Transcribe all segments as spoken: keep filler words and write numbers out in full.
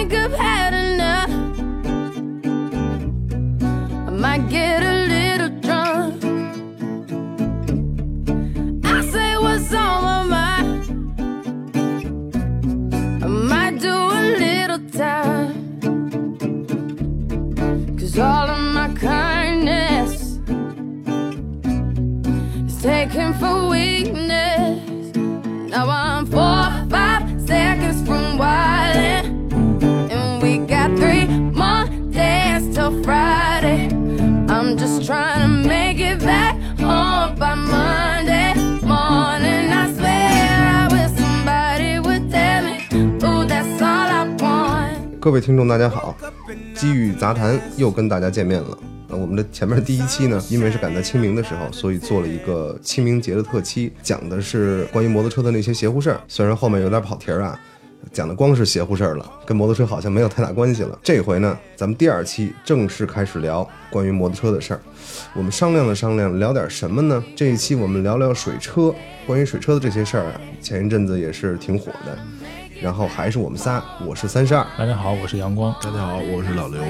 think I've had enough. I might get a little drunk. I say what's on my mind. I might do a little time. Cause all of my kindness is taken for weakness. Now I'm four or five seconds from wildin', and we got three more days till Friday. I'm just trying to make it back home by Monday morning. I swear I wish somebody would tell me, ooh, that's all I want. 各位听众大家好，机遇杂谈又跟大家见面了。我们的前面第一期呢，因为是赶在清明的时候，所以做了一个清明节的特期，讲的是关于摩托车的那些邪乎事儿。虽然后面有点跑题啊，讲的光是邪乎事儿了，跟摩托车好像没有太大关系了。这回呢，咱们第二期正式开始聊关于摩托车的事儿。我们商量了商量，聊点什么呢？这一期我们聊聊水车，关于水车的这些事儿啊，前一阵子也是挺火的。然后还是我们仨，我是三十二， 大家好，我是阳光， 大家好，我是老刘。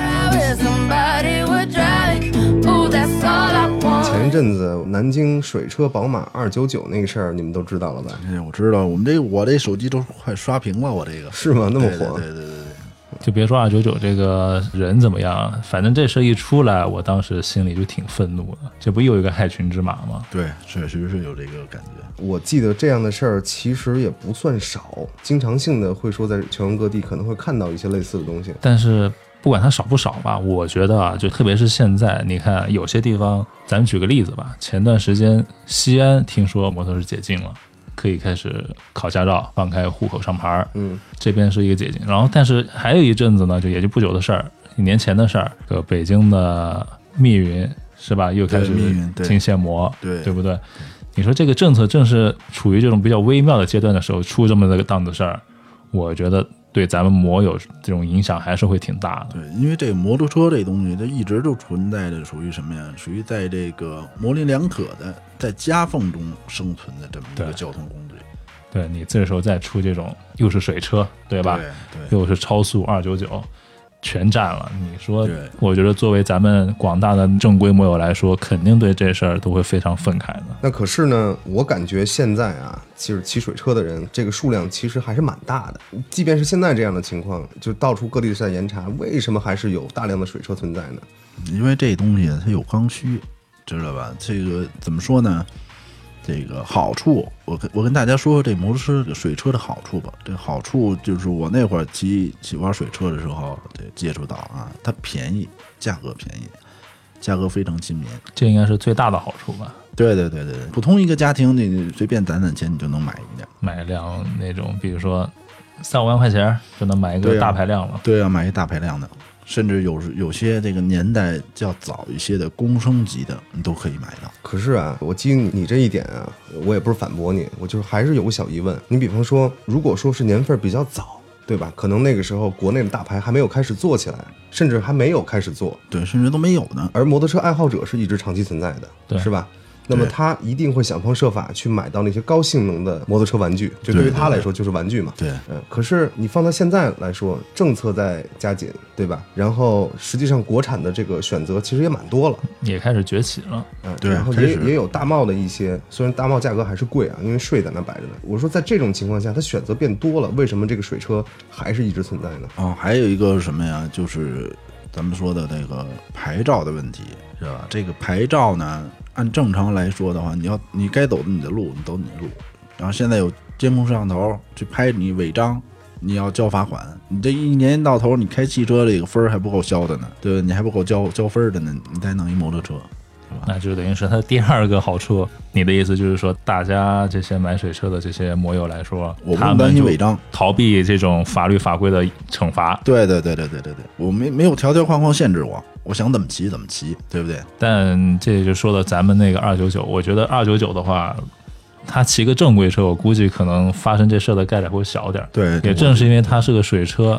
前一阵子南京水车宝马二九九那个事儿，你们都知道了吧？ 哎，我知道，我们这我这手机都快刷屏了，我这个是吗？那么火？ 对对对对对。 就别说二九九这个人怎么样，反正这事一出来，我当时心里就挺愤怒的。这不又一个害群之马吗？ 对，确实是有这个感觉。 我记得这样的事儿其实也不算少，经常性的会说在全国各地可能会看到一些类似的东西。 但是不管它少不少吧，我觉得啊，就特别是现在，你看有些地方，咱们举个例子吧，前段时间西安听说摩托是解禁了。可以开始考驾照，放开户口上牌， 嗯， 这边是一个解禁。然后，但是还有一阵子呢，就也就不久的事儿，一年前的事儿，这个北京的密云是吧，又开始禁限摩， 对， 对不对？你说这个政策正是处于这种比较微妙的阶段的时候，出这么个档子事儿，我觉得对咱们摩友这种影响还是会挺大的。 对，因为这个摩托车这东西，它一直就存在着属于什么呀？属于在这个模棱两可的，在夹缝中生存的这么一个交通工具。 对，对你这时候再出这种又是水车，对吧？ 对对， 又是超速二九九。全占了，你说，我觉得作为咱们广大的正规摩友来说，肯定对这事儿都会非常愤慨的。 那可是呢，我感觉现在啊，其实骑水车的人这个数量其实还是蛮大的。即便是现在这样的情况，就到处各地在严查，为什么还是有大量的水车存在呢？ 因为这东西它有刚需，知道吧？这个怎么说呢？这个好处，我跟我跟大家说说这摩托车这个水车的好处吧。这个好处就是我那会儿骑骑玩水车的时候，这接触到啊，它便宜，价格便宜，价格非常亲民， 这应该是最大的好处吧？ 对对对对，普通一个家庭，你随便攒攒钱，你就能买一辆， 买一辆那种，比如说三五万块钱就能买一个大排量了。 对啊，对啊，买一大排量的。甚至有有些这个年代较早一些的公升级的，你都可以买到。 可是啊，我基于你这一点啊，我也不是反驳你，我就是还是有个小疑问。你比方说，如果说是年份比较早，对吧？可能那个时候国内的大牌还没有开始做起来，甚至还没有开始做， 对，甚至都没有呢。 而摩托车爱好者是一直长期存在的， 对， 是吧？那么他一定会想方设法去买到那些高性能的摩托车玩具，就对于他来说就是玩具嘛。 对， 嗯。可是你放到现在来说，政策在加紧，对吧？然后实际上国产的这个选择其实也蛮多了， 也开始崛起了。 嗯， 对。 然后也也有大贸的一些，虽然大贸价格还是贵啊，因为税在那摆着呢。我说在这种情况下，它选择变多了，为什么这个水车还是一直存在呢？ 哦，还有一个是什么呀？就是咱们说的那个牌照的问题，是吧？这个牌照呢？按正常来说的话，你要你该走你的路，你走你的路。然后现在有监控摄像头去拍你违章，你要交罚款。你这一年到头，你开汽车这个分还不够交的呢，对吧？你还不够交交分的呢，你再弄一摩托车，是吧？ 那就等于是它第二个好处。你的意思就是说，大家这些买水车的这些摩友来说， 我不用担心违章， 逃避这种法律法规的惩罚。 对对对对对对对，我没没有条条框框限制我。我想怎么骑怎么骑，对不对？ 但这就说到咱们那个二九九，我觉得二九九的话，他骑个正规车，我估计可能发生这事的概率会小点。 对， 也正是因为他是个水车，跑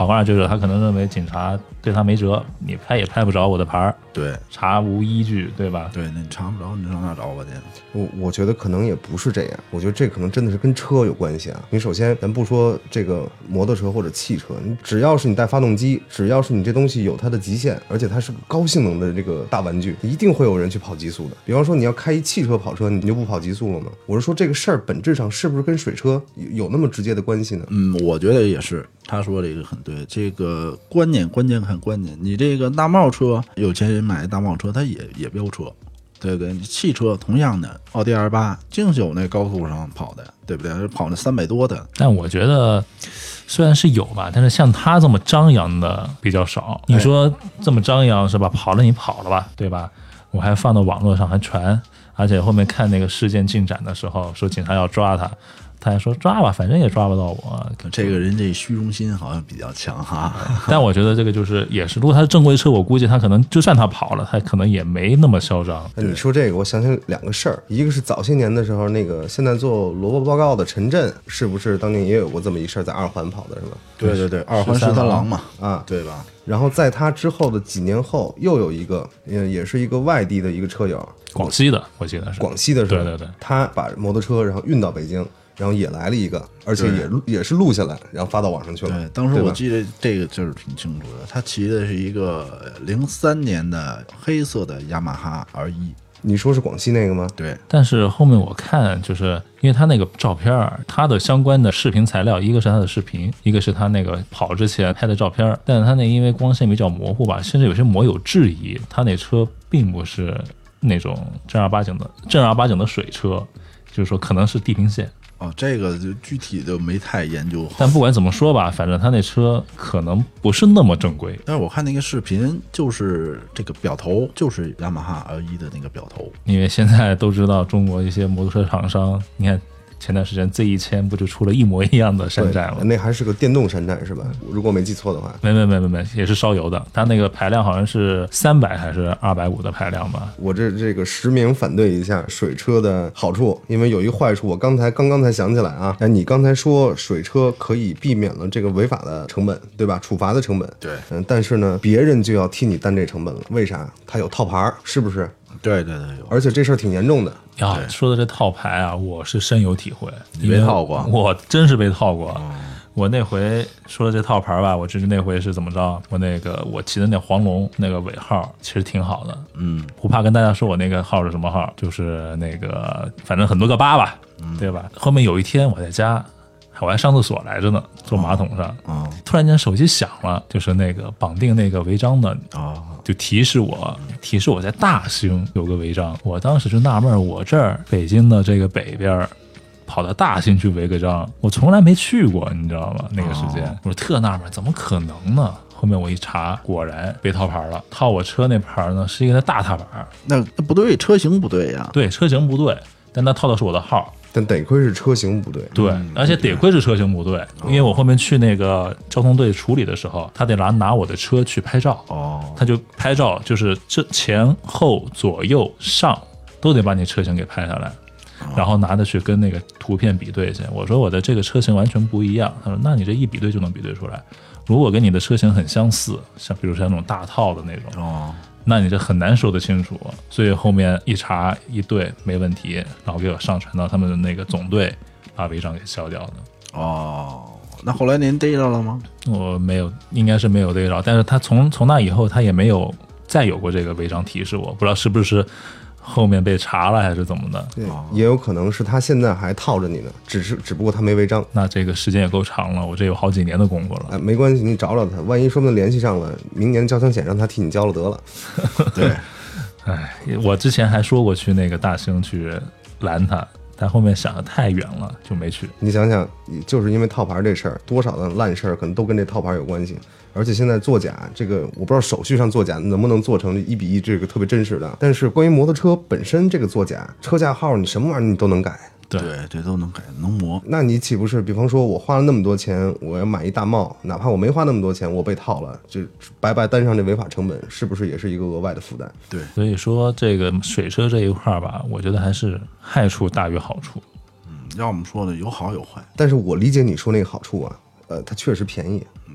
好话就是他可能认为警察对他没辙，你拍也拍不着我的牌儿， 对查无依据，对吧？ 对，你查不着，你上哪找我去？ 我我觉得可能也不是这样，我觉得这可能真的是跟车有关系啊。你首先咱不说这个摩托车或者汽车，你只要是你带发动机，只要是你这东西有它的极限，而且它是个高性能的这个大玩具，一定会有人去跑极速的。比方说你要开一汽车跑车，你就不跑极速了吗？我是说这个事儿本质上是不是跟水车有那么直接的关系呢？ 嗯，我觉得也是。他说这个很对，这个观念关键看观念。你这个大贸车，有钱人买大贸车，他也也飙车，对不对？汽车同样的，奥迪 R 八净是有那高速上跑的，对不对？跑那三百多的。 但我觉得虽然是有吧，但是像他这么张扬的比较少。你说这么张扬是吧？跑了你跑了吧，对吧？我还放到网络上还传，而且后面看那个事件进展的时候，说警察要抓他。他还说抓吧，反正也抓不到我。 这个人这虚荣心好像比较强哈。 但我觉得这个就是也是，如果他是正规车，我估计他可能就算他跑了，他可能也没那么嚣张。 那你说这个，我想起两个事儿，一个是早些年的时候，那个现在做萝卜报告的陈震，是不是当年也有过这么一事儿，在二环跑的是吧？ 对对对，二环十三郎嘛， 啊， 对吧？ 然后在他之后的几年后，又有一个，也是一个外地的一个车友， 广西的，我记得是广西的时候， 对对对， 他把摩托车然后运到北京。然后也来了一个，而且也也是录下来，然后发到网上去了。 对，当时我记得这个就是挺清楚的，他骑的是一个零三年的黑色的雅马哈 R 一。 你说是广西那个吗？ 对。 但是后面我看，就是因为他那个照片，他的相关的视频材料，一个是他的视频，一个是他那个跑之前拍的照片，但是他那因为光线比较模糊吧，甚至有些网友质疑他那车并不是那种正儿八经的正儿八经的水车，就是说可能是地平线。 哦，这个就具体就没太研究好。 但不管怎么说吧，反正他那车可能不是那么正规。 但是我看那个视频，就是这个表头就是雅马哈 R 一的那个表头。 因为现在都知道中国一些摩托车厂商，你看前段时间 Z 一千不就出了一模一样的山寨吗？ 那还是个电动山寨是吧？如果没记错的话。 没没没没没，也是烧油的。它那个排量好像是三百还是二百五的排量吧？ 我这这个实名反对一下水车的好处，因为有一坏处，我刚才刚刚才想起来啊。哎，你刚才说水车可以避免了这个违法的成本，对吧？处罚的成本。 对。 嗯，但是呢，别人就要替你担这成本了。为啥？他有套牌，是不是？ 对对对， 而且这事儿挺严重的。 呀，说的这套牌啊，我是深有体会。 你被套过？ 我真是被套过。嗯、我那回说的这套牌吧，我就是那回是怎么着？我那个我骑的那黄龙那个尾号其实挺好的。 嗯， 不怕跟大家说我那个号是什么号，就是那个反正很多个八吧，嗯、对吧？后面有一天我在家。我还上厕所来着呢，坐马桶上， 哦、 突然间手机响了，就是那个绑定那个违章的， 哦、 就提示我，提示我在大兴有个违章。我当时就纳闷，我这儿北京的这个北边，跑到大兴去违个章，我从来没去过，你知道吗？那个时间，哦、我特纳闷，怎么可能呢？后面我一查，果然被套牌了。套我车那牌呢是一个大踏板， 那那不对，车型不对呀。 对，车型不对，但他套的是我的号。 但得亏是车型不对， 对，嗯、而且得亏是车型不对，嗯、因为我后面去那个交通队处理的时候，他得拿拿我的车去拍照， 哦， 他就拍照，就是这前后左右上都得把你车型给拍下来，哦、然后拿着去跟那个图片比对去。我说我的这个车型完全不一样，他说那你这一比对就能比对出来，如果跟你的车型很相似，像比如像那种大套的那种， 哦。 那你这很难说得清楚，所以后面一查一对没问题，然后给我上传到他们的那个总队，把违章给消掉的。 哦，那后来您逮着了吗？ 我没有，应该是没有逮着，但是他从从那以后他也没有再有过这个违章提示我，不知道是不是后面被查了还是怎么的。 对，也有可能是他现在还套着你呢，只是只不过他没违章。 那这个时间也够长了，我这有好几年的功夫了。 哎，没关系，你找找他，万一说不定联系上了，明年交强险让他替你交了得了。 对， 哎，我之前还说过去那个大兴去拦他，但后面想的太远了，就没去。 你想想，就是因为套牌这事儿，多少的烂事儿可能都跟这套牌有关系。而且现在作假，这个我不知道手续上作假能不能做成一比一这个特别真实的。但是关于摩托车本身这个作假，车架号你什么玩意儿你都能改。 对对，都能改，能磨。 那你岂不是，比方说我花了那么多钱，我要买一大帽，哪怕我没花那么多钱，我被套了，就白白担上这违法成本，是不是也是一个额外的负担？ 对， 所以说这个水车这一块吧，我觉得还是害处大于好处。 嗯，要我们说的有好有坏。 但是我理解你说那个好处啊。呃，它确实便宜，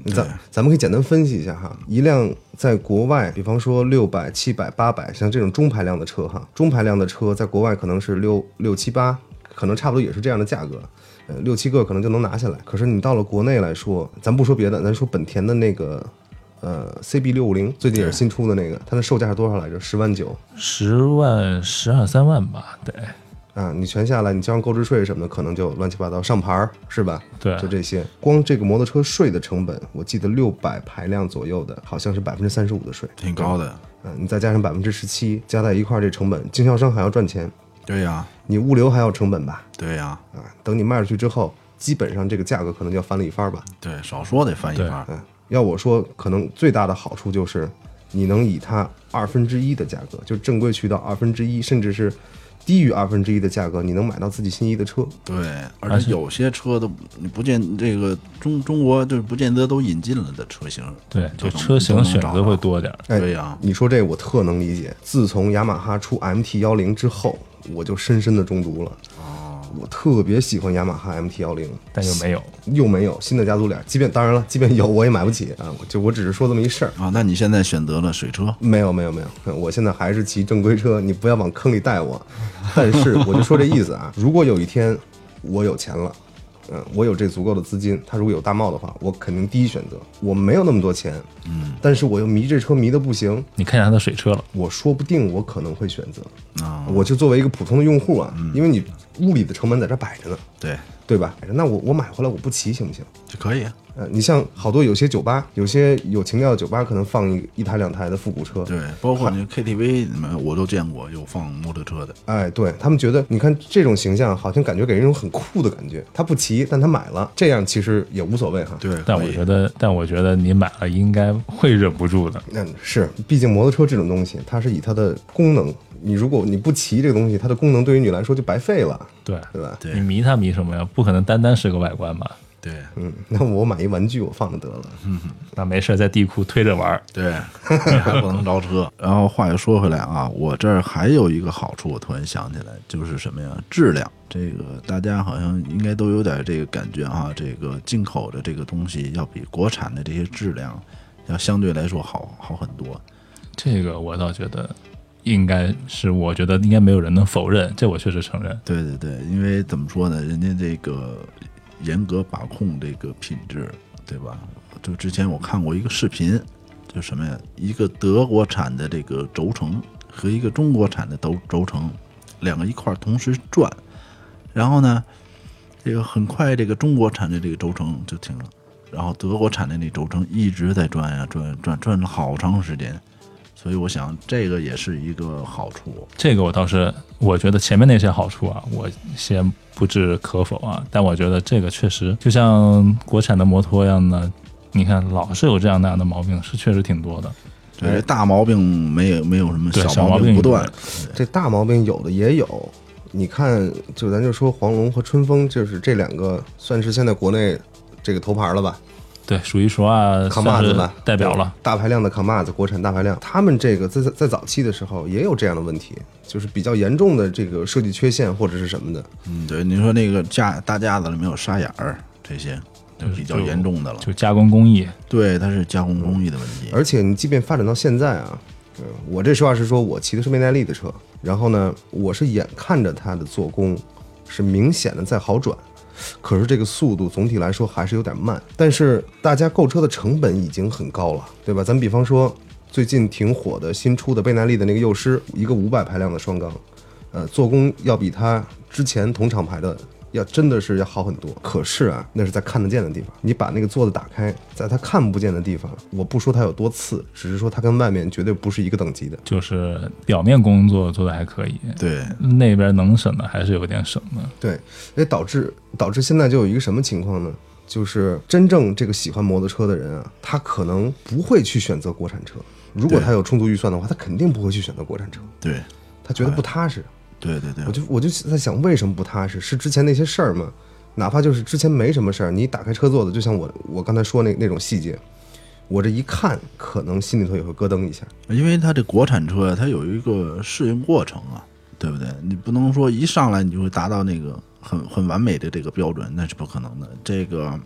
咱咱们可以简单分析一下哈，一辆在国外，比方说六百、七百、八百，像这种中排量的车哈，中排量的车在国外可能是六六七八，可能差不多也是这样的价格，呃，六七个可能就能拿下来。可是你到了国内来说，咱不说别的，咱说本田的那个呃 C B 六五零，最近也是新出的那个，它的售价是多少来着？十万九， 十万十二三万吧，对。 啊，你全下来，你交上购置税什么的，可能就乱七八糟，上牌是吧？ 对， 就这些。光这个摩托车税的成本，我记得六百排量左右的，好像是百分之三十五的税， 挺高的。 嗯、啊，你再加上百分之十七，加在一块儿，这成本，经销商还要赚钱。 对呀、啊， 你物流还要成本吧？ 对呀、 啊，啊，等你卖出去之后，基本上这个价格可能就要翻了一番吧？ 对，少说得翻一番。 嗯、啊，要我说，可能最大的好处就是，你能以它二分之一的价格，就正规渠道二分之一，甚至是低于二分之一的价格，你能买到自己心仪的车。 对，而且有些车都你不见这个中中国就是不见得都引进了的车型。 对，就车型选择会多点。 哎， 对呀、啊， 你说这我特能理解。自从雅马哈出 M T 一零之后，我就深深的中毒了。哦，我特别喜欢雅马哈 M T 一零， 但又没有， 又没有新的家族脸。即便当然了，即便有我也买不起啊。就我只是说这么一事儿啊。那你现在选择了水车？ 没有没有没有，我现在还是骑正规车。你不要往坑里带我。但是我就说这意思啊，如果有一天我有钱了，嗯，我有这足够的资金，他如果有大贸的话，我肯定第一选择。我没有那么多钱，嗯，但是我又迷这车迷得不行。 你看见他的水车了， 我说不定我可能会选择。 啊、 哦，我就作为一个普通的用户啊，嗯、因为你物理的成本在这摆着呢， 对对吧？那我我买回来我不骑行不行？ 就可以啊。 呃，你像好多有些酒吧，有些有情调的酒吧，可能放一一台两台的复古车， 对，包括你 K T V 里面我都见过有放摩托车的。 哎，对他们觉得，你看这种形象，好像感觉给人一种很酷的感觉。他不骑，但他买了，这样其实也无所谓哈。 对， 但我觉得，但我觉得你买了应该会忍不住的。 那、嗯、是，毕竟摩托车这种东西，它是以它的功能。你如果你不骑这个东西，它的功能对于你来说就白费了， 对对吧？ 对，你迷它迷什么呀？不可能单单是个外观吧？ 对， 嗯，那我买一玩具我放着得了， 嗯，那没事在地库推着玩。 对，你还不能着车。然后话又说回来啊，我这儿还有一个好处，我突然想起来，就是什么呀？质量。这个大家好像应该都有点这个感觉哈，这个进口的这个东西要比国产的这些质量要相对来说好好很多。 这个我倒觉得。应该是，我觉得应该没有人能否认，这我确实承认。 对对对，因为怎么说呢，人家这个严格把控这个品质，对吧？就之前我看过一个视频，就什么呀，一个德国产的这个轴承和一个中国产的轴轴承，两个一块同时转，然后呢，这个很快这个中国产的这个轴承就停了，然后德国产的那轴承一直在转呀转转转了好长时间。所以我想这个也是一个好处。 这个我倒是，我觉得前面那些好处啊，我先不置可否啊。但我觉得这个确实就像国产的摩托一样的，你看老是有这样那样的毛病，是确实挺多的。 对，大毛病没有没有什么小毛病不断。 这大毛病有的也有。你看，就咱就说黄龙和春风，就是这两个算是现在国内这个头牌了吧。 对，数一数二， 扛把子吧， 代表了大排量的扛把子，国产大排量。他们这个在在早期的时候也有这样的问题，就是比较严重的这个设计缺陷或者是什么的。 嗯，对，你说那个架大架子里面有沙眼儿，这些就比较严重的了。 就加工工艺， 对，它是加工工艺的问题。 而且你即便发展到现在啊，嗯，我这实话实说，我骑的是倍耐力的车，然后呢，我是眼看着它的做工是明显的在好转。可是这个速度总体来说还是有点慢，但是大家购车的成本已经很高了，对吧？咱比方说最近挺火的新出的倍耐力的那个幼狮，一个五百排量的双缸，呃，做工要比它之前同厂牌的要真的是要好很多。可是啊，那是在看得见的地方，你把那个座子打开，在它看不见的地方，我不说它有多次，只是说它跟外面绝对不是一个等级的。 就是表面工作做的还可以， 对， 那边能省的还是有点省的。 对，也导致导致现在就有一个什么情况呢？就是真正这个喜欢摩托车的人啊，他可能不会去选择国产车。如果他有充足预算的话，他肯定不会去选择国产车。 对， 他觉得不踏实。 对对对， 我就我就在想，为什么不踏实？是之前那些事儿吗？哪怕就是之前没什么事儿，你打开车座子，就像我我刚才说那那种细节，我这一看，可能心里头也会咯噔一下。 因为它这国产车，它有一个适应过程啊，对不对？你不能说一上来你就会达到那个很很完美的这个标准，那是不可能的。这个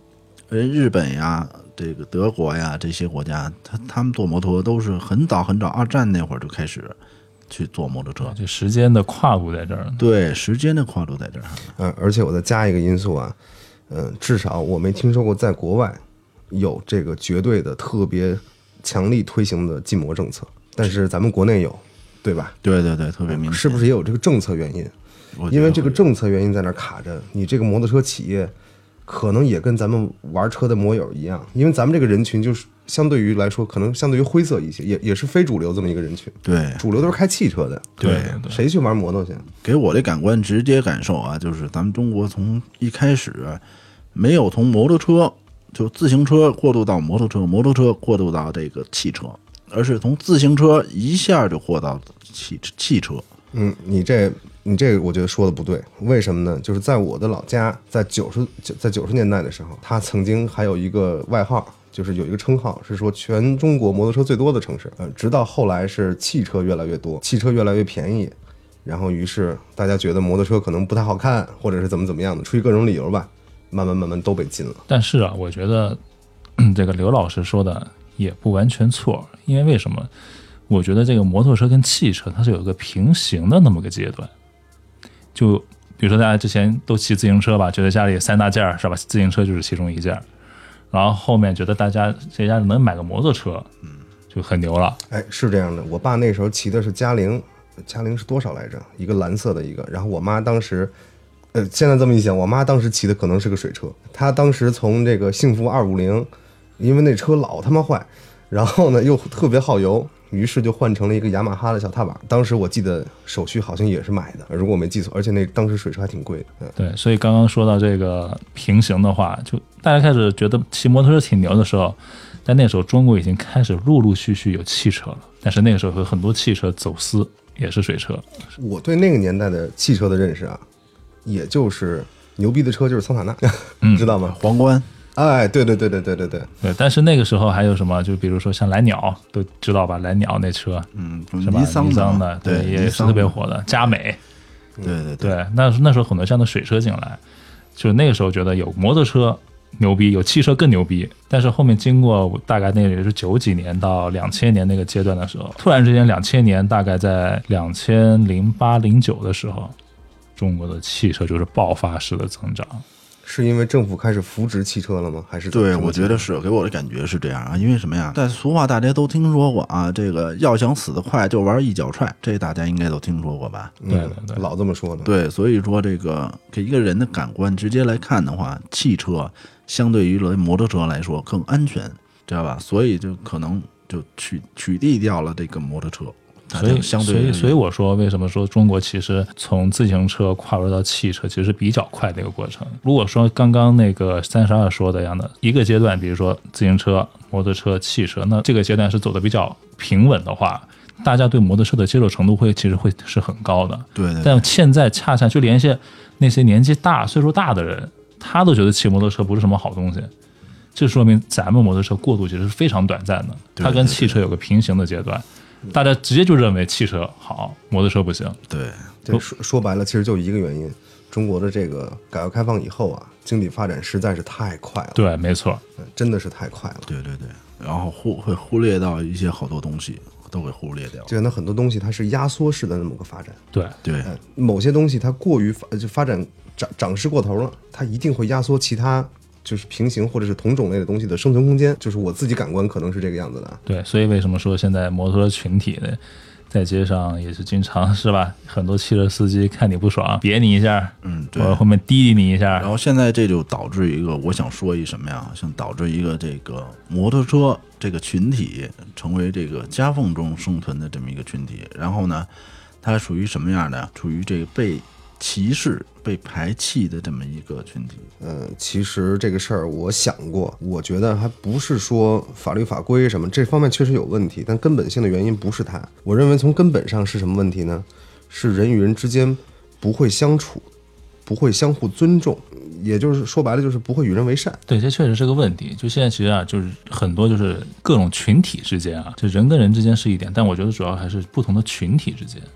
人日本呀、这个德国呀这些国家，他他们坐摩托都是很早很早，二战那会儿就开始去坐摩托车， 就时间的跨度在这儿。 对，时间的跨度在这儿。 嗯，而且我再加一个因素啊，嗯，至少我没听说过在国外有这个绝对的特别强力推行的禁摩政策，但是咱们国内有，对吧？ 对对对，特别明显。 是不是也有这个政策原因？因为这个政策原因在那卡着，你这个摩托车企业可能也跟咱们玩车的摩友一样，因为咱们这个人群就是相对于来说，可能相对于灰色一些，也也是非主流这么一个人群。 对， 主流都是开汽车的， 对， 谁去玩摩托去？ 给我的感官直接感受啊，就是咱们中国从一开始没有从摩托车就自行车过渡到摩托车，摩托车过渡到这个汽车，而是从自行车一下就过到汽汽车。 嗯，你这你这个我觉得说的不对，为什么呢？就是在我的老家，在九十在九十年代的时候，它曾经还有一个外号，就是有一个称号，是说全中国摩托车最多的城市。呃，直到后来是汽车越来越多，汽车越来越便宜，然后于是大家觉得摩托车可能不太好看，或者是怎么怎么样的，出于各种理由吧，慢慢慢慢都被禁了。 但是啊，我觉得、嗯、这个刘老师说的也不完全错，因为为什么？我觉得这个摩托车跟汽车它是有一个平行的那么个阶段。就比如说大家之前都骑自行车吧，觉得家里三大件是吧？自行车就是其中一件，然后后面觉得大家谁家能买个摩托车，嗯，就很牛了。 哎，是这样的，我爸那时候骑的是嘉陵，嘉陵是多少来着？一个蓝色的一个，然后我妈当时。呃，现在这么一想，我妈当时骑的可能是个水车。她当时从这个幸福二五零，因为那车老他妈坏，然后呢又特别耗油，于是就换成了一个雅马哈的小踏板。当时我记得手续好像也是买的，如果我没记错，而且那当时水车还挺贵的。嗯， 对，所以刚刚说到这个平行的话，就大家开始觉得骑摩托车挺牛的时候，但那时候中国已经开始陆陆续续有汽车了，但是那个时候有很多汽车走私，也是水车。 我对那个年代的汽车的认识啊。也就是牛逼的车就是桑塔纳， 嗯、 知道吗？ 皇冠， 哎，对对对对对对对对。但是那个时候还有什么？就比如说像蓝鸟，都知道吧？蓝鸟那车， 嗯， 是吧？尼桑的， 的对，也是特别火的。佳美， 对对对，那那时候很多这样的水车进来，就那个时候觉得有摩托车牛逼，有汽车更牛逼。但是后面经过大概那个也是九几年到两千年那个阶段的时候，突然之间两千年大概在两千零八零九的时候。中国的汽车就是爆发式的增长， 是因为政府开始扶植汽车了吗？还是对？我觉得是，给我的感觉是这样啊。因为什么呀？在俗话大家都听说过啊，这个要想死得快，就玩一脚踹，这大家应该都听说过吧？ 对对对，老这么说的。 对，所以说这个给一个人的感官直接来看的话，汽车相对于摩托车来说更安全，知道吧？所以就可能就取取缔掉了这个摩托车。 所以，所以，所以我说，为什么说中国其实从自行车跨入到汽车，其实是比较快的一个过程。如果说刚刚那个三十二说的样的一个阶段，比如说自行车、摩托车、汽车，那这个阶段是走的比较平稳的话，大家对摩托车的接受程度会其实会是很高的。 对对对。 但现在恰恰就连些那些年纪大、岁数大的人，他都觉得骑摩托车不是什么好东西。这说明咱们摩托车过渡其实是非常短暂的，它跟汽车有个平行的阶段。大家直接就认为汽车好，摩托车不行。 对， 对，说说白了，其实就一个原因，中国的这个改革开放以后啊，经济发展实在是太快了。 对，没错， 真的是太快了。 对对对，然后忽会忽略到一些好多东西，都会忽略掉。 就那很多东西它是压缩式的那么个发展。 对对、 呃，某些东西它过于发就发展涨涨势过头了，它一定会压缩其他。就是平行或者是同种类的东西的生存空间，就是我自己感官可能是这个样子的。 对，所以为什么说现在摩托车群体呢，在街上也是经常是吧？很多汽车司机看你不爽，别你一下， 嗯，对， 或者后面滴滴你一下。 然后现在这就导致一个，我想说一什么呀？想导致一个这个摩托车这个群体成为这个夹缝中生存的这么一个群体。然后呢，它属于什么样的？处于这个被歧视、被排斥的这么一个群体。 呃，其实这个事儿我想过，我觉得还不是说法律法规什么这方面确实有问题，但根本性的原因不是它。我认为从根本上是什么问题呢？是人与人之间不会相处，不会相互尊重，也就是说白了就是不会与人为善。 对，这确实是个问题。就现在其实啊，就是很多就是各种群体之间啊，就人跟人之间是一点，但我觉得主要还是不同的群体之间。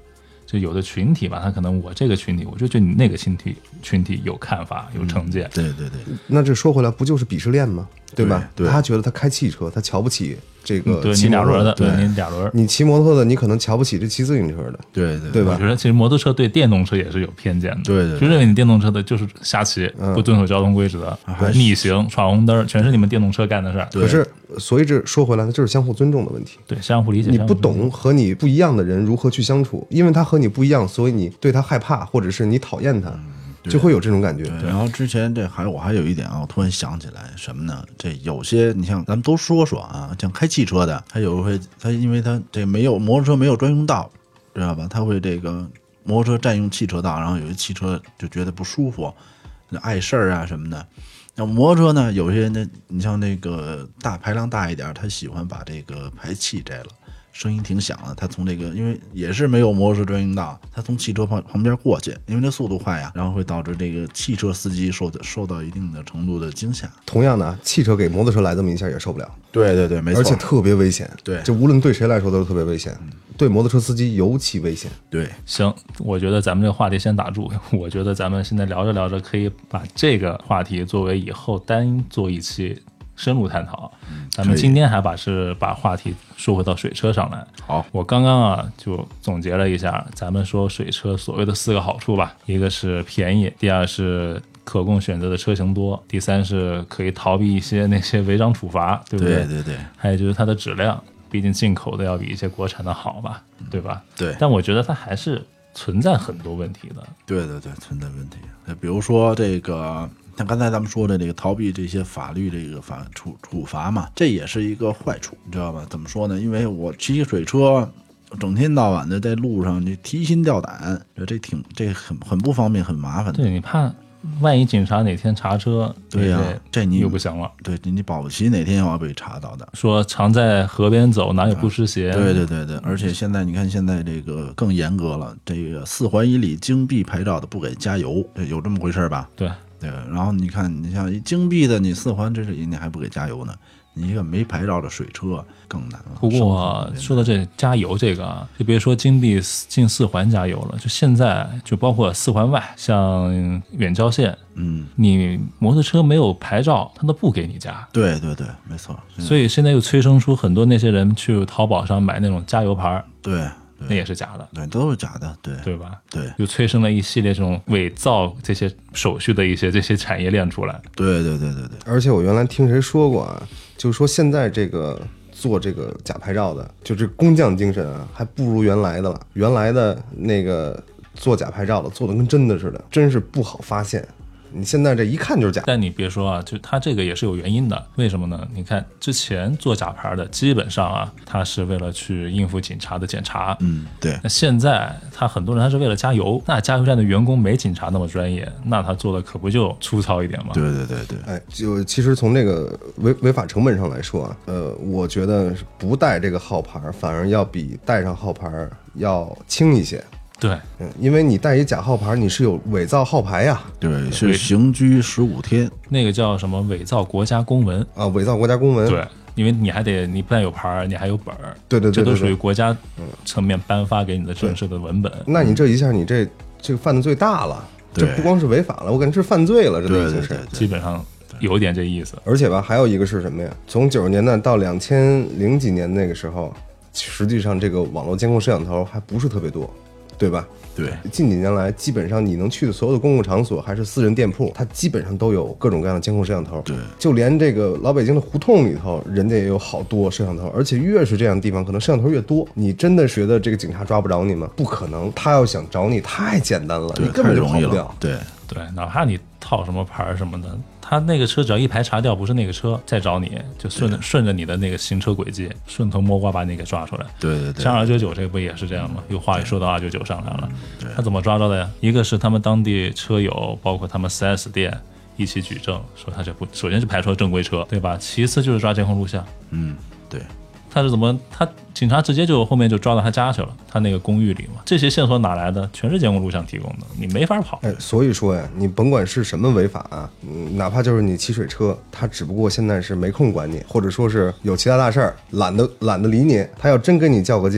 就有的群体吧，他可能我这个群体，我就对你那个群体群体有看法有成见、 嗯、对对对。 那这说回来不就是鄙视链吗？对吧？ 对对， 他觉得他开汽车，他瞧不起这个对骑摩托的， 对你俩轮， 你骑摩托的，你可能瞧不起这骑自行车的， 对对对吧？ 我觉得其实摩托车对电动车也是有偏见的， 对 对, 对， 就认为你电动车的就是瞎骑， 嗯、 不遵守交通规则、逆行、闯红灯，全是你们电动车干的事儿。 可是，所以这说回来呢，就是相互尊重的问题。 对，相互理解。 你不懂和你不一样的人如何去相处，因为他和你不一样，所以你对他害怕，或者是你讨厌他。嗯，就会有这种感觉。 对，然后之前这还我还有一点啊，我突然想起来什么呢？这有些你像咱们都说说啊，像开汽车的，他有会他因为他这没有摩托车没有专用道，知道吧？他会这个摩托车占用汽车道，然后有些汽车就觉得不舒服，碍事儿啊什么的。那摩托车呢，有些人呢，你像那个大排量大一点，他喜欢把这个排气摘了。声音挺响的，他从这个，因为也是没有摩托车专用道，他从汽车旁旁边过去，因为那速度快呀，然后会导致这个汽车司机受受到一定的程度的惊吓。 同样的，汽车给摩托车来这么一下也受不了。 对对对，没错， 而且特别危险。 对， 这无论对谁来说都是特别危险，嗯、对摩托车司机尤其危险。 对， 行，我觉得咱们这个话题先打住。我觉得咱们现在聊着聊着，可以把这个话题作为以后单做一期深入探讨。咱们今天还把是把话题说回到水车上来。 好， 我刚刚啊就总结了一下，咱们说水车所谓的四个好处吧，一个是便宜，第二是可供选择的车型多，第三是可以逃避一些那些违章处罚，对不对？ 对对对。 还有就是它的质量，毕竟进口的要比一些国产的好吧，对吧？ 对。 但我觉得它还是存在很多问题的。 对对对，存在问题。比如说这个。像刚才咱们说的这个逃避这些法律这个法处处罚嘛，这也是一个坏处，你知道吧？怎么说呢？因为我骑水车，整天到晚的在路上，你提心吊胆，这挺这很很不方便，很麻烦的。 对，你怕万一警察哪天查车， 对呀、啊，这你又不行了。 对，你保不齐哪天要被查到的。 说常在河边走，哪有不湿鞋？ 对对对对，而且现在你看，现在这个更严格了，这个四环以里京 B 牌照的不给加油，有这么回事吧？ 对。 对，然后你看，你像一京 B 的，你四环这里你还不给加油呢，你一个没牌照的水车更难了。 不过说到这加油这个啊，就别说京 B 进四环加油了，就现在就包括四环外，像远郊线， 嗯， 你摩托车没有牌照，他都不给你加。 对对对，没错。 所以现在又催生出很多那些人去淘宝上买那种加油牌， 对。 那也是假的， 对，都是假的，对， 对吧？ 对， 又催生了一系列这种伪造这些手续的一些这些产业链出来。 对，对，对，对，对。 而且我原来听谁说过啊，就是说现在这个做这个假牌照的，就这工匠精神啊，还不如原来的了。原来的那个做假牌照的，做的跟真的似的，真是不好发现。你现在这一看就是假， 但你别说啊，就他这个也是有原因的。为什么呢？你看之前做假牌的，基本上啊，他是为了去应付警察的检查。 嗯，对。 那现在他很多人他是为了加油，那加油站的员工没警察那么专业，那他做的可不就粗糙一点吗？ 对对对对。 哎，就其实从这个违违法成本上来说啊，呃，我觉得不带这个号牌反而要比带上号牌要轻一些。 对， 嗯，因为你带一假号牌，你是有伪造号牌呀。 对，是刑拘十五天。 那个叫什么？伪造国家公文啊，伪造国家公文。 对，因为你还得，你不但有牌，你还有本儿。 对对 对, 对, 对， 这都属于国家层面颁发给你的正式的文本。 那你这一下，你这这个犯的罪大了，这不光是违法了，我感觉是犯罪了，这都已经是。 对对对对， 基本上有点这意思。 而且吧，还有一个是什么呀？从九十年代到两千零几年那个时候，实际上这个网络监控摄像头还不是特别多。对吧？ 对， 近几年来，基本上你能去的所有的公共场所，还是私人店铺，它基本上都有各种各样的监控摄像头。 对， 就连这个老北京的胡同里头，人家也有好多摄像头，而且越是这样的地方，可能摄像头越多。你真的觉得这个警察抓不着你吗？不可能，他要想找你，太简单了，你根本就跑不掉。 对对，哪怕你套什么牌什么的。他那个车只要一排查掉不是那个车，再找你就顺着顺着你的那个行车轨迹，顺藤摸瓜把你给抓出来。 对对对， 像二九九这个不也是这样吗？有话也说到二九九上来了，他怎么抓着的呀？一个是他们当地车友，包括他们 四 S 店一起举证，说他这不，首先是排除了正规车，对吧？其次就是抓监控录像。 嗯，对。 他是怎么？他警察直接就后面就抓到他家去了，他那个公寓里嘛。这些线索哪来的？全是监控录像提供的，你没法跑。 哎，所以说呀，你甭管是什么违法啊，嗯，哪怕就是你骑水车，他只不过现在是没空管你，或者说是有其他大事儿，懒得懒得理你。他要真跟你较个劲，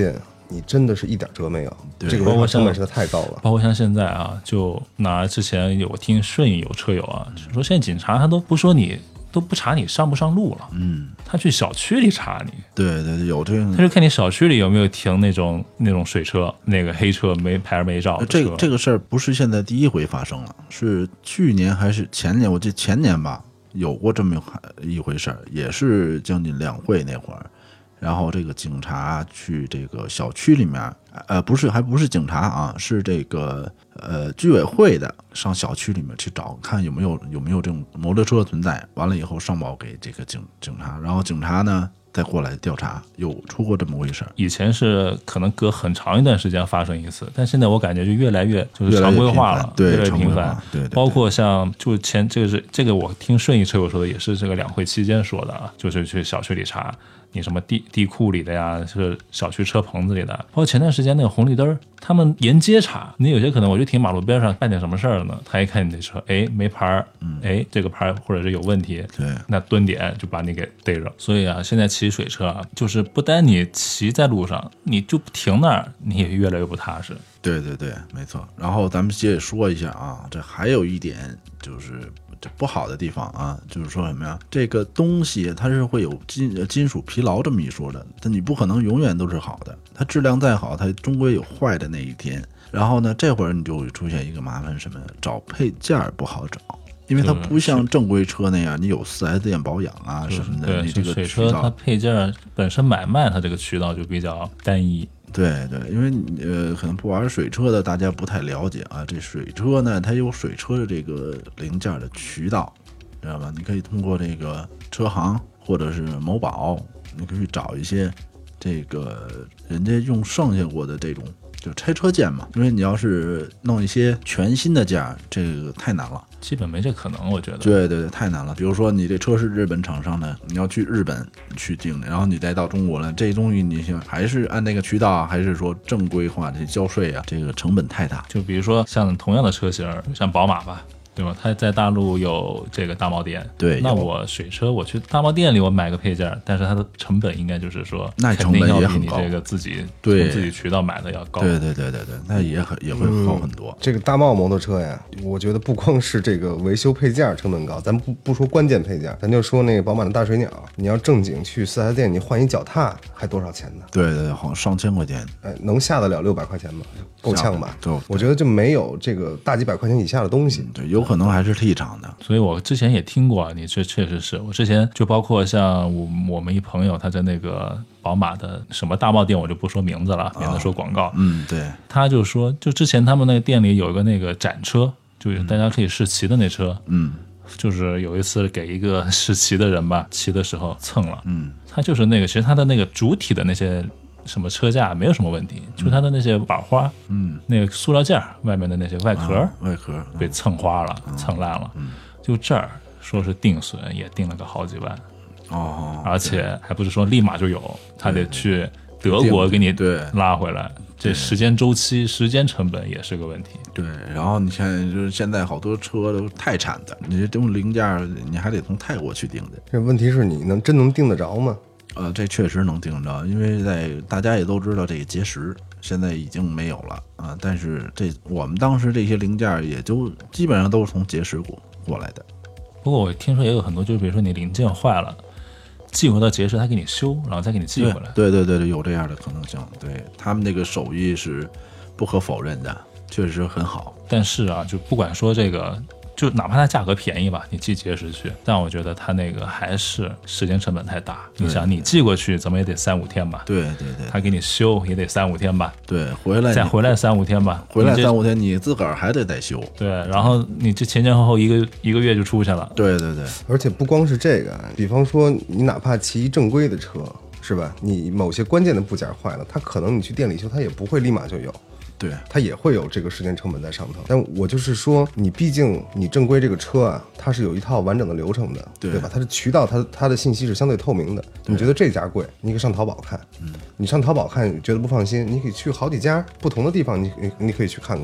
你真的是一点辙没有。 对这个维护成本实在太高了。 包括像现在啊，就拿之前有听顺义有车友啊，说现在警察他都不说你，都不查你上不上路了， 嗯， 他去小区里查你。 对对对，有这个， 他就看你小区里有没有停那种那种水车，那个黑车没牌没照的车。 这个这个事儿不是现在第一回发生了，是去年还是前年？我记得前年吧，有过这么一回事儿，也是将近两会那会儿。然后这个警察去这个小区里面，呃，不是，还不是警察啊，是这个呃居委会的上小区里面去找，看有没有有没有这种摩托车存在。完了以后上报给这个警警察，然后警察呢再过来调查，有出过这么回事儿。 以前是可能隔很长一段时间发生一次，但现在我感觉就越来越就是常规化了， 对， 越来越频繁。 对，对， 包括像就前这个是这个我听顺义车友说的，也是这个两会期间说的啊，就是去小区里查。你什么地地库里的呀，是小区车棚子里的，包括前段时间那个红绿灯，他们沿街查，你有些可能我就停马路边上办点什么事儿呢，他一看你的车，哎，没牌儿，哎，这个牌儿或者是有问题， 对， 那蹲点就把你给逮着。所以啊，现在骑水车啊，就是不单你骑在路上，你就停那儿，你也越来越不踏实。 对对对，没错。然后咱们接着说一下啊，这还有一点就是这不好的地方啊，就是说什么呀？这个东西它是会有金金属疲劳这么一说的，但你不可能永远都是好的，它质量再好，它终归有坏的那一天。然后呢，这会儿你就会出现一个麻烦，什么呀？找配件不好找。因为它不像正规车那样，你有 四 S 店保养啊什么的，你这个水车它配件本身买卖它这个渠道就比较单一。 对对，因为呃，可能不玩水车的大家不太了解啊。这水车呢，它有水车的这个零件的渠道，知道吧？你可以通过这个车行或者是某宝，你可以去找一些这个人家用剩下过的这种。就拆车件嘛，因为你要是弄一些全新的件，这个太难了， 基本没这可能，我觉得。 对对对，太难了。比如说你这车是日本厂商的，你要去日本去订的，然后你再到中国了，这东西你想还是按那个渠道啊，还是说正规化的交税啊，这个成本太大。 就比如说像同样的车型，像宝马吧。对吧？它在大陆有这个大贸店， 对。 那我水车我去大贸店里我买个配件，但是它的成本应该就是说， 那成本也很高， 肯定要比你这个自己对自己渠道买的要高。 对对对对对，那也很也会高很多、 嗯。这个大贸摩托车呀，我觉得不光是这个维修配件成本高，咱不不说关键配件，咱就说那个宝马的大水鸟，你要正经去四 S 店，你换一脚踏还多少钱呢？ 对对，好像上千块钱。 哎，能下得了六百块钱吗？够呛吧？ 够。 我觉得就没有这个大几百块钱以下的东西。 嗯、对，有可能还是替厂。 所以我之前也听过，你这确实是我之前就包括像我我们一朋友，他在那个宝马的什么大贸店，我就不说名字了，免得说广告。 哦、嗯，对， 他就说，就之前他们那个店里有一个那个展车，就是大家可以试骑的那车， 嗯， 就是有一次给一个试骑的人吧，骑的时候蹭了， 嗯， 他就是那个，其实他的那个主体的那些。什么车架没有什么问题，就它的那些板花， 嗯， 那个塑料件外面的那些外壳， 啊、外壳被蹭花了， 嗯、 蹭烂了， 嗯， 就这儿说是定损，也定了个好几万， 哦， 而且还不是说立马就有，他得去德国给你拉回来，这时间周期、时间成本也是个问题。 对，然后你看，就是现在好多车都泰产的，你这种零件你还得从泰国去订的， 这问题是你能真能订得着吗？ 呃，这确实能订着，因为在大家也都知道这个结石现在已经没有了啊，但是这我们当时这些零件也就基本上都是从结石过过来的。 不过我听说也有很多，就是比如说你零件坏了，寄回到结石，他给你修，然后再给你寄回来。 对对对对，有这样的可能性。对，他们那个手艺是不可否认的，确实很好。 但是啊，就不管说这个。就哪怕它价格便宜吧，你寄结石去，但我觉得它那个还是时间成本太大。你想，你寄过去怎么也得三五天吧？ 对对对， 他给你修也得三五天吧？ 对，回来再回来三五天吧？ 回来三五天，你自个儿还得再修。 对，然后你这前前后后一个一个月就出去了。 对对对， 而且不光是这个，比方说你哪怕骑正规的车，是吧？你某些关键的部件坏了，它可能你去店里修，它也不会立马就有。 对， 它也会有这个时间成本在上头，但我就是说，你毕竟你正规这个车啊，它是有一套完整的流程的， 对, 对吧？它的渠道，它它的信息是相对透明的。你觉得这家贵，你可以上淘宝看，嗯，你上淘宝看觉得不放心，你可以去好几家不同的地方，你你你可以去看看。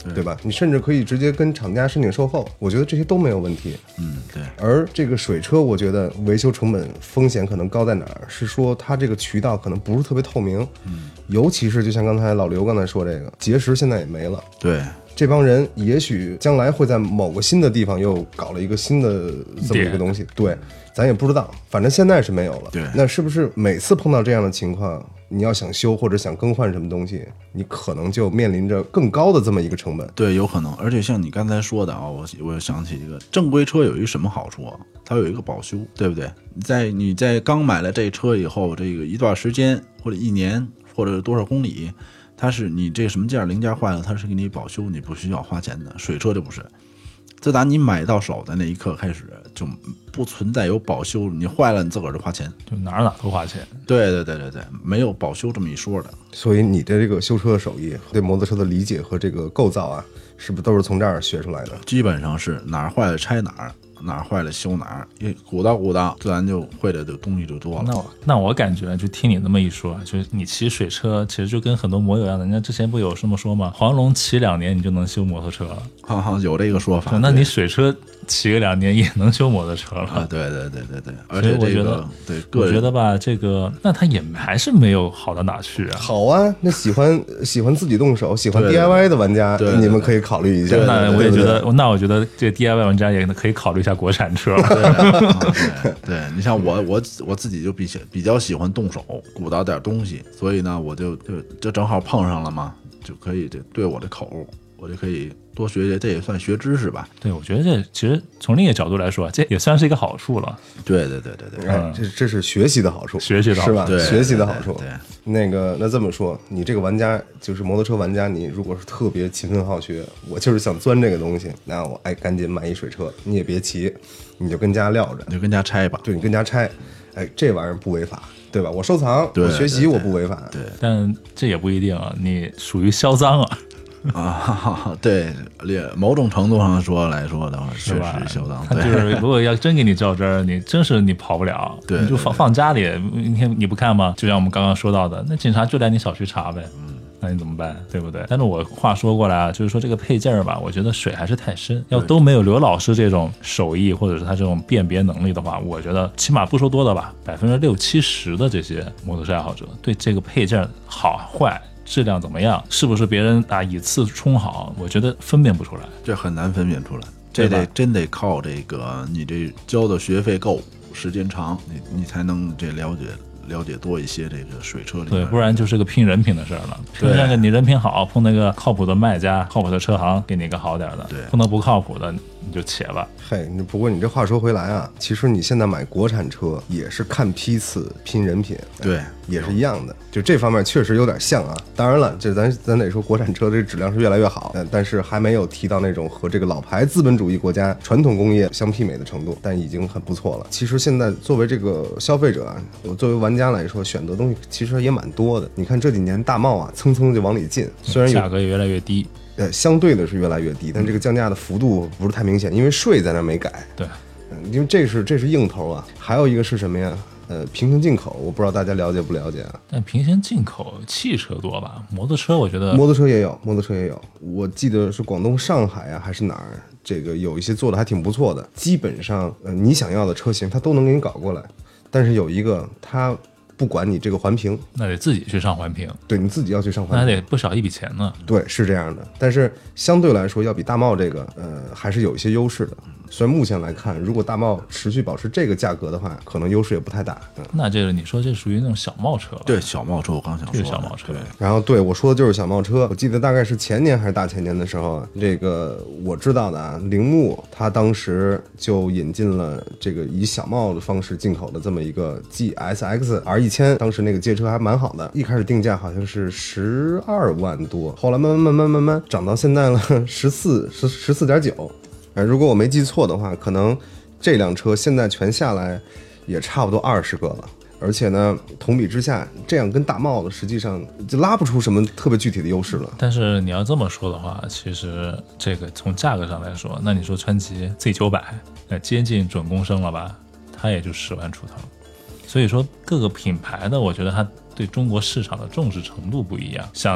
对吧？你甚至可以直接跟厂家申请售后，我觉得这些都没有问题。 嗯，对。 而这个水车，我觉得维修成本风险可能高在哪儿？是说它这个渠道可能不是特别透明，嗯，尤其是就像刚才老刘刚才说这个结石现在也没了， 对。 这帮人也许将来会在某个新的地方又搞了一个新的这么一个东西，对，咱也不知道，反正现在是没有了。 对， 那是不是每次碰到这样的情况，你要想修或者想更换什么东西，你可能就面临着更高的这么一个成本？ 对，有可能。而且像你刚才说的啊，我我又想起一个正规车有一个什么好处啊？它有一个保修，对不对？在你在刚买了这车以后，这个一段时间或者一年或者多少公里。它是你这什么件零件坏了，它是给你保修，你不需要花钱的。水车就不是，自打你买到手的那一刻开始，就不存在有保修，你坏了你自个儿就花钱， 就哪儿哪儿都花钱。 对对对对对，没有保修这么一说的。 所以你的这个修车的手艺，对摩托车的理解和这个构造啊，是不是都是从这儿学出来的？ 基本上是哪儿坏了拆哪儿。哪儿坏了修哪儿，因为鼓捣鼓捣，自然就会的东西就多了。 那我那我感觉，就听你这么一说，就是你骑水车，其实就跟很多摩友一样的。人家之前不有这么说吗？黄龙骑两年你就能修摩托车了， 哈哈，有这个说法。 那你水车骑个两年也能修摩托车了啊？对对对对对，而且、这个、 我觉得， 对， 我觉得吧，这个那他也还是没有好到哪去啊。 好啊，那喜欢喜欢自己动手、喜欢 D I Y 的玩家， 对对对你们可以考虑一下。 对对对对那我也觉得， 对对那我觉得这 D I Y 玩家也可以考虑一下国产车。 对, 对, 对，你像我我我自己就比比较喜欢动手鼓捣点东西，所以呢，我就就就正好碰上了嘛，就可以这对我的口，我就可以多学学，这也算学知识吧。 对，我觉得这其实从另一个角度来说，这也算是一个好处了。 对对对对对， 哎，这这是学习的好处， 学习的好处是吧？ 对， 学习的好处。 对，对那个那这么说，你这个玩家就是摩托车玩家，你如果是特别勤奋好学，我就是想钻这个东西，那我哎赶紧买一水车，你也别骑，你就跟家撂着， 你就跟家拆吧。 对，你跟家拆，哎，这玩意儿不违法。对吧？我收藏，我学习，我不违法。 对， 但这也不一定啊，你属于销赃啊。 啊，对，某种程度上说来说的话，确实销赃。 他就是如果要真给你较真儿，你真是你跑不了， 对， 你就放放家里，你看你不看吗？就像我们刚刚说到的，那警察就来你小区查呗。嗯。那你怎么办，对不对？但是我话说过来啊，就是说这个配件吧，我觉得水还是太深。要都没有刘老师这种手艺，或者是他这种辨别能力的话，我觉得起码不说多的吧，百分之六七十的这些摩托车爱好者对这个配件好坏、质量怎么样，是不是别人啊以次充好，我觉得分辨不出来， 这很难分辨出来。这得真得靠这个你这交的学费够，时间长，你你才能这了解。了解多一些这个水车里面， 对，不然就是个拼人品的事儿了。碰那个你人品好，碰那个靠谱的卖家、靠谱的车行，给你一个好点的； 对， 碰到不靠谱的，你就且吧。 嘿，不过你这话说回来啊，其实你现在买国产车也是看批次、拼人品， 对， 也是一样的。就这方面确实有点像啊。当然了，这咱咱得说国产车这质量是越来越好，但是还没有提到那种和这个老牌资本主义国家传统工业相媲美的程度，但已经很不错了。其实现在作为这个消费者啊，我作为玩家来说，选择东西其实也蛮多的。你看这几年大贸啊，蹭蹭就往里进，虽然有价格也越来越低。 呃，相对的是越来越低，但这个降价的幅度不是太明显，因为税在那没改。 对， 嗯，因为这是这是硬头啊。还有一个是什么呀？呃，平行进口，我不知道大家了解不了解啊？ 但平行进口汽车多吧？摩托车我觉得摩托车也有，摩托车也有。我记得是广东上海啊，还是哪儿？这个有一些做的还挺不错的，基本上呃你想要的车型它都能给你搞过来。但是有一个它。不管你这个环评， 那得自己去上环评， 对，你自己要去上环评， 那还得不少一笔钱呢。 对，是这样的，但是相对来说，要比大贸这个，呃，还是有一些优势的。虽然目前来看，如果大贸持续保持这个价格的话，可能优势也不太大。嗯， 那这个你说这属于那种小贸车了？ 对，小贸车，我刚想说小贸车。 然后对我说的就是小贸车，我记得大概是前年还是大前年的时候，这个我知道的啊，铃木它当时就引进了这个以小贸的方式进口的这么一个 G S X R 一千，当时那个街车还蛮好的，一开始定价好像是十二万多，后来慢慢慢慢慢慢涨到现在了十四十十四点九。呃，如果我没记错的话，可能这辆车现在全下来也差不多二十个了。而且呢，同比之下，这样跟大贸的实际上就拉不出什么特别具体的优势了。 但是你要这么说的话，其实这个从价格上来说，那你说川崎 Z 九百，呃，接近准公升了吧？它也就十万出头。所以说各个品牌的，我觉得它对中国市场的重视程度不一样。像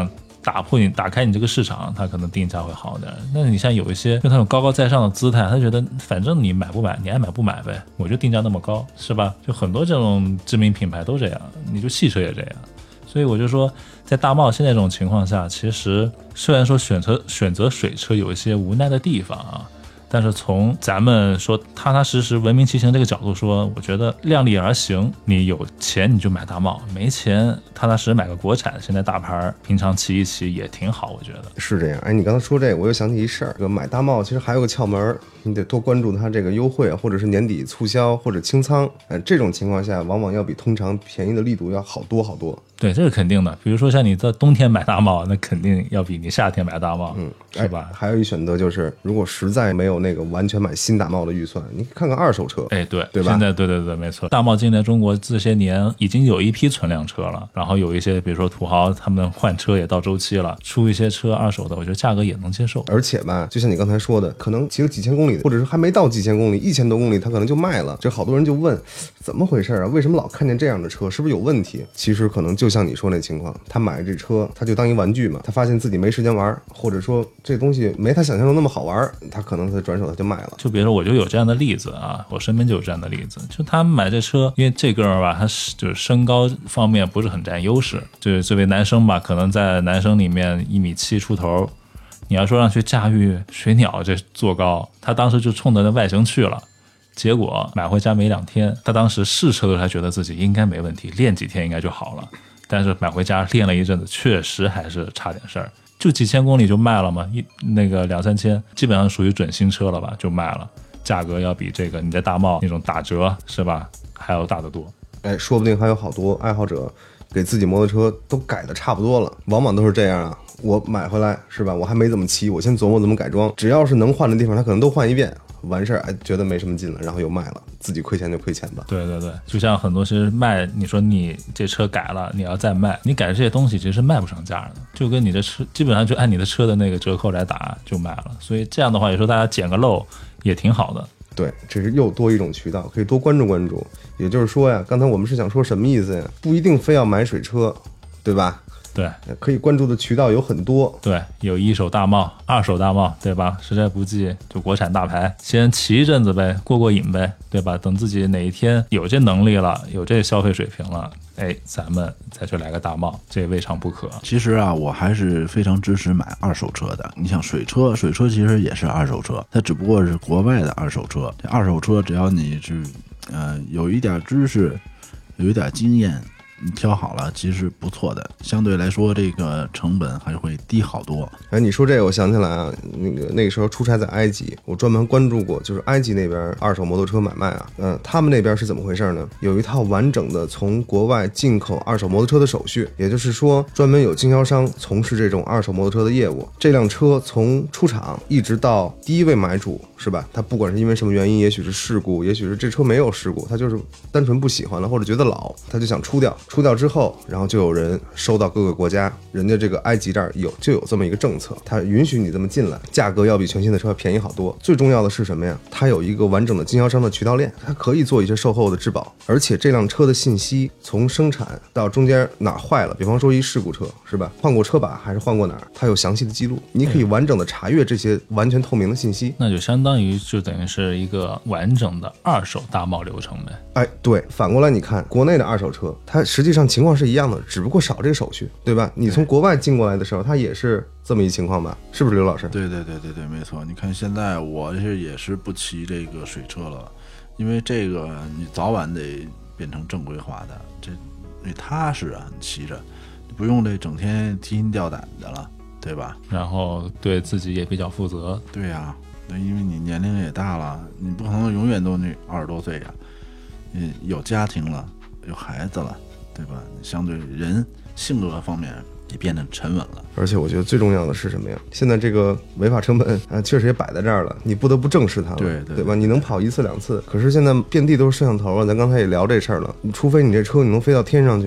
打破你打开你这个市场，它可能定价会好点。那你像有一些就那种高高在上的姿态，他觉得反正你买不买，你爱买不买呗，我就定价那么高，是吧？就很多这种知名品牌都这样，你就汽车也这样。所以我就说，在大贸现在这种情况下，其实虽然说选择选择水车有一些无奈的地方啊，但是从咱们说踏踏实实文明骑行这个角度说，我觉得量力而行。你有钱你就买大贸，没钱踏踏实实买个国产，现在大牌平常骑一骑也挺好，我觉得是这样。哎，你刚才说这个，我又想起一事儿，这个买大贸其实还有个窍门，你得多关注它这个优惠，或者是年底促销或者清仓。哎，这种情况下，往往要比通常便宜的力度要好多好多。 对，这是肯定的。比如说像你在冬天买大贸，那肯定要比你夏天买大贸，嗯，是吧？ 哎，还有一选择就是，如果实在没有那个完全买新大贸的预算，你看看二手车。 哎，对， 对吧？ 现在对对对，没错。大贸进来中国这些年已经有一批存量车了，然后有一些比如说土豪他们换车也到周期了，出一些车二手的，我觉得价格也能接受。 而且吧，就像你刚才说的，可能骑了几千公里，或者是还没到几千公里，一千多公里，他可能就卖了。这好多人就问，怎么回事啊？为什么老看见这样的车？是不是有问题？其实可能就像你说那情况。他买这车他就当一玩具嘛，他发现自己没时间玩，或者说这东西没他想象中那么好玩，他可能他转手他就卖了。 就比如说我就有这样的例子啊，我身边就有这样的例子，就他买这车，因为这哥们儿吧，他就是身高方面不是很占优势，就是这位男生吧，可能在男生里面一米七出头，你要说让去驾驭水鸟这坐高，他当时就冲着那外形去了。结果买回家没两天，他当时试车的时候还觉得自己应该没问题，练几天应该就好了。但是买回家练了一阵子，确实还是差点事儿，就几千公里就卖了嘛，一那个两三千，基本上属于准新车了吧，就卖了，价格要比这个你在大贸那种打折是吧，还要大得多。 哎，说不定还有好多爱好者给自己摩托车都改的差不多了，往往都是这样啊。我买回来是吧，我还没怎么骑，我先琢磨怎么改装，只要是能换的地方，他可能都换一遍。完事儿，哎，觉得没什么劲了，然后又卖了，自己亏钱就亏钱吧。 对对对，就像很多其实卖，你说你这车改了，你要再卖，你改这些东西其实是卖不上价的，就跟你的车基本上就按你的车的那个折扣来打就卖了。所以这样的话，有时候大家捡个漏也挺好的。 对，这是又多一种渠道，可以多关注关注。也就是说呀，刚才我们是想说什么意思呀？不一定非要买水车，对吧？ 对， 可以关注的渠道有很多。 对，有一手大贸、二手大贸，对吧？实在不济就国产大牌，先骑一阵子呗，过过瘾呗，对吧？等自己哪一天有这能力了，有这消费水平了，哎，咱们再去来个大贸，这未尝不可。 其实啊，我还是非常支持买二手车的。你像水车，水车其实也是二手车，它只不过是国外的二手车。这二手车只要你是呃有一点知识，有一点经验。你挑好了其实不错的，相对来说这个成本还会低好多。 哎，你说这个我想起来啊，那个那个时候出差在埃及，我专门关注过，就是埃及那边二手摩托车买卖啊，嗯、呃，他们那边是怎么回事呢？有一套完整的从国外进口二手摩托车的手续，也就是说专门有经销商从事这种二手摩托车的业务。这辆车从出厂一直到第一位买主，是吧？他不管是因为什么原因，也许是事故，也许是这车没有事故，他就是单纯不喜欢了或者觉得老，他就想出掉。出掉之后，然后就有人收到各个国家，人家这个埃及这儿有就有这么一个政策，它允许你这么进来，价格要比全新的车便宜好多。最重要的是什么呀？它有一个完整的经销商的渠道链，它可以做一些售后的质保，而且这辆车的信息从生产到中间哪坏了，比方说一事故车是吧，换过车把还是换过哪儿，它有详细的记录，你可以完整的查阅这些完全透明的信息。 那就相当于就等于是一个完整的二手大贸流程呗。 哎，对，反过来你看国内的二手车，它实际上情况是一样的，只不过少这个手续，对吧？你从国外进过来的时候，它也是这么一情况吧？是不是刘老师？ 对对对对对，没错。你看现在我是也是不骑这个水车了，因为这个你早晚得变成正规化的，这你踏实啊，你骑着，你不用这整天提心吊胆的了，对吧？ 然后对自己也比较负责。 对呀、啊，因为你年龄也大了，你不可能永远都那二十多岁呀、啊，你有家庭了，有孩子了。对吧？相对人性格方面也变得沉稳了。 而且我觉得最重要的是什么呀？现在这个违法成本啊，确实也摆在这儿了，你不得不正视它了， 对 对, 对吧？你能跑一次两次，可是现在遍地都是摄像头啊，咱刚才也聊这事儿了。你除非你这车你能飞到天上去吗？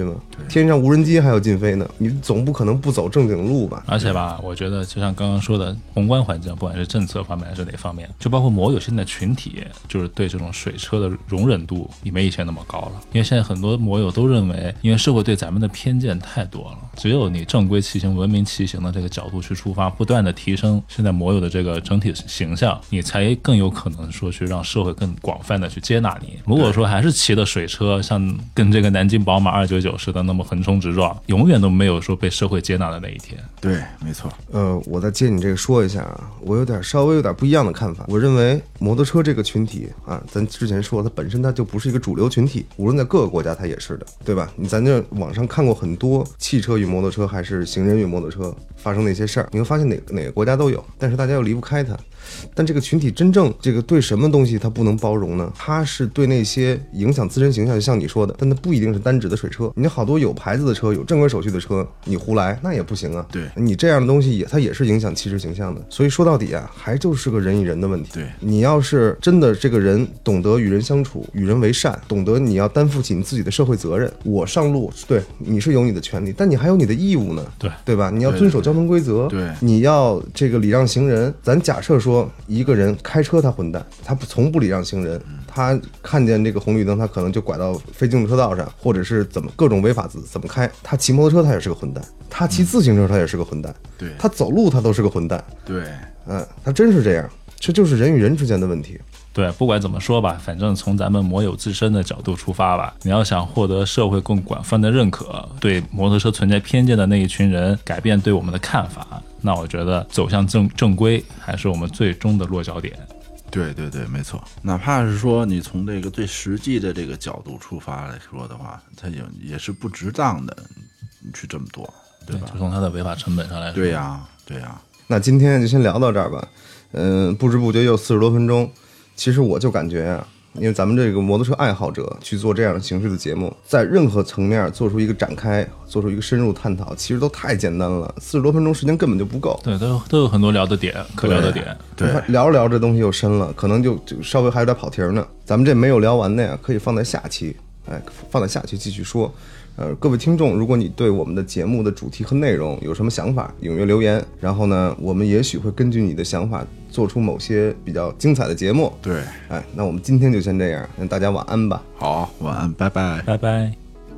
天上无人机还要禁飞呢，你总不可能不走正经路吧？ 而且吧，我觉得就像刚刚说的，宏观环境，不管是政策方面还是哪方面，就包括摩友现在群体，就是对这种水车的容忍度也没以前那么高了。因为现在很多摩友都认为，因为社会对咱们的偏见太多了，只有你正规骑行、文明骑行的这个角度去出发，不断的提升现在摩友的这个整体形象，你才更有可能说去让社会更广泛的去接纳你。如果说还是骑的水车，像跟这个南京宝马二九九似的那么横冲直撞，永远都没有说被社会接纳的那一天。 对，没错。 呃，我再接你这个说一下啊，我有点稍微有点不一样的看法。我认为摩托车这个群体啊，咱之前说它本身它就不是一个主流群体，无论在各个国家它也是的，对吧？你咱这网上看过很多汽车与摩托车还是行人与摩托车发生的一些事儿，你会发现哪个哪个国家都有，但是大家又离不开它。但这个群体真正这个对什么东西它不能包容呢？它是对那些影响自身形象，就像你说的，但它不一定是单指的水车。你好多有牌子的车，有正规手续的车，你胡来那也不行啊。 对， 你这样的东西也它也是影响汽车形象的。所以说到底啊，还就是个人与人的问题。 对， 你要是真的这个人懂得与人相处，与人为善，懂得你要担负起你自己的社会责任。我上路，对，你是有你的权利，但你还有你的义务呢。 对， 对吧？你要遵守交通规则。 对， 你要这个礼让行人。咱假设说一个人开车他混蛋，他不从不礼让行人，他看见这个红绿灯他可能就拐到非机动车道上，或者是怎么各种违法怎么开。他骑摩托车他也是个混蛋，他骑自行车他也是个混蛋， 对， 他走路他都是个混蛋。 对， 嗯，他真是这样，这就是人与人之间的问题。 对，不管怎么说吧，反正从咱们摩友自身的角度出发吧，你要想获得社会更广泛的认可，对摩托车存在偏见的那一群人改变对我们的看法，那我觉得走向正正规还是我们最终的落脚点。 对对对，没错。哪怕是说你从这个最实际的这个角度出发来说的话，它也也是不值当的，你去这么做，对吧？ 就从它的违法成本上来说。 对呀，对呀。 那今天就先聊到这儿吧。嗯，不知不觉又四十多分钟。其实我就感觉啊，因为咱们这个摩托车爱好者去做这样的形式的节目，在任何层面做出一个展开，做出一个深入探讨，其实都太简单了。四十多分钟时间根本就不够。 对，都都有很多聊的点，可聊的点。 对， 对，聊着聊着东西又深了，可能就就稍微还有点跑题呢。咱们这没有聊完的呀，可以放在下期，哎，放在下期继续说。呃，各位听众，如果你对我们的节目的主题和内容有什么想法，踊跃留言。然后呢，我们也许会根据你的想法做出某些比较精彩的节目。 对， 哎，那我们今天就先这样，那大家晚安吧。 好，晚安，拜拜， 拜拜。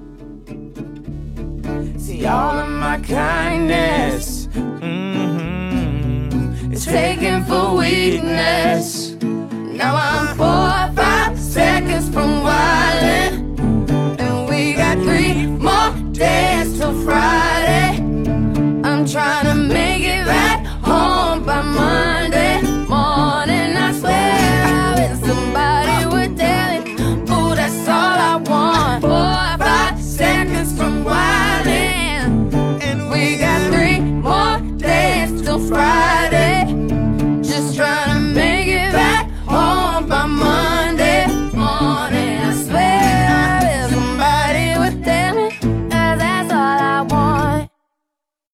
See all of my kindness, mm-hmm, it's taken for weakness. Now I'm four or five seconds from wildin', and we got three more days.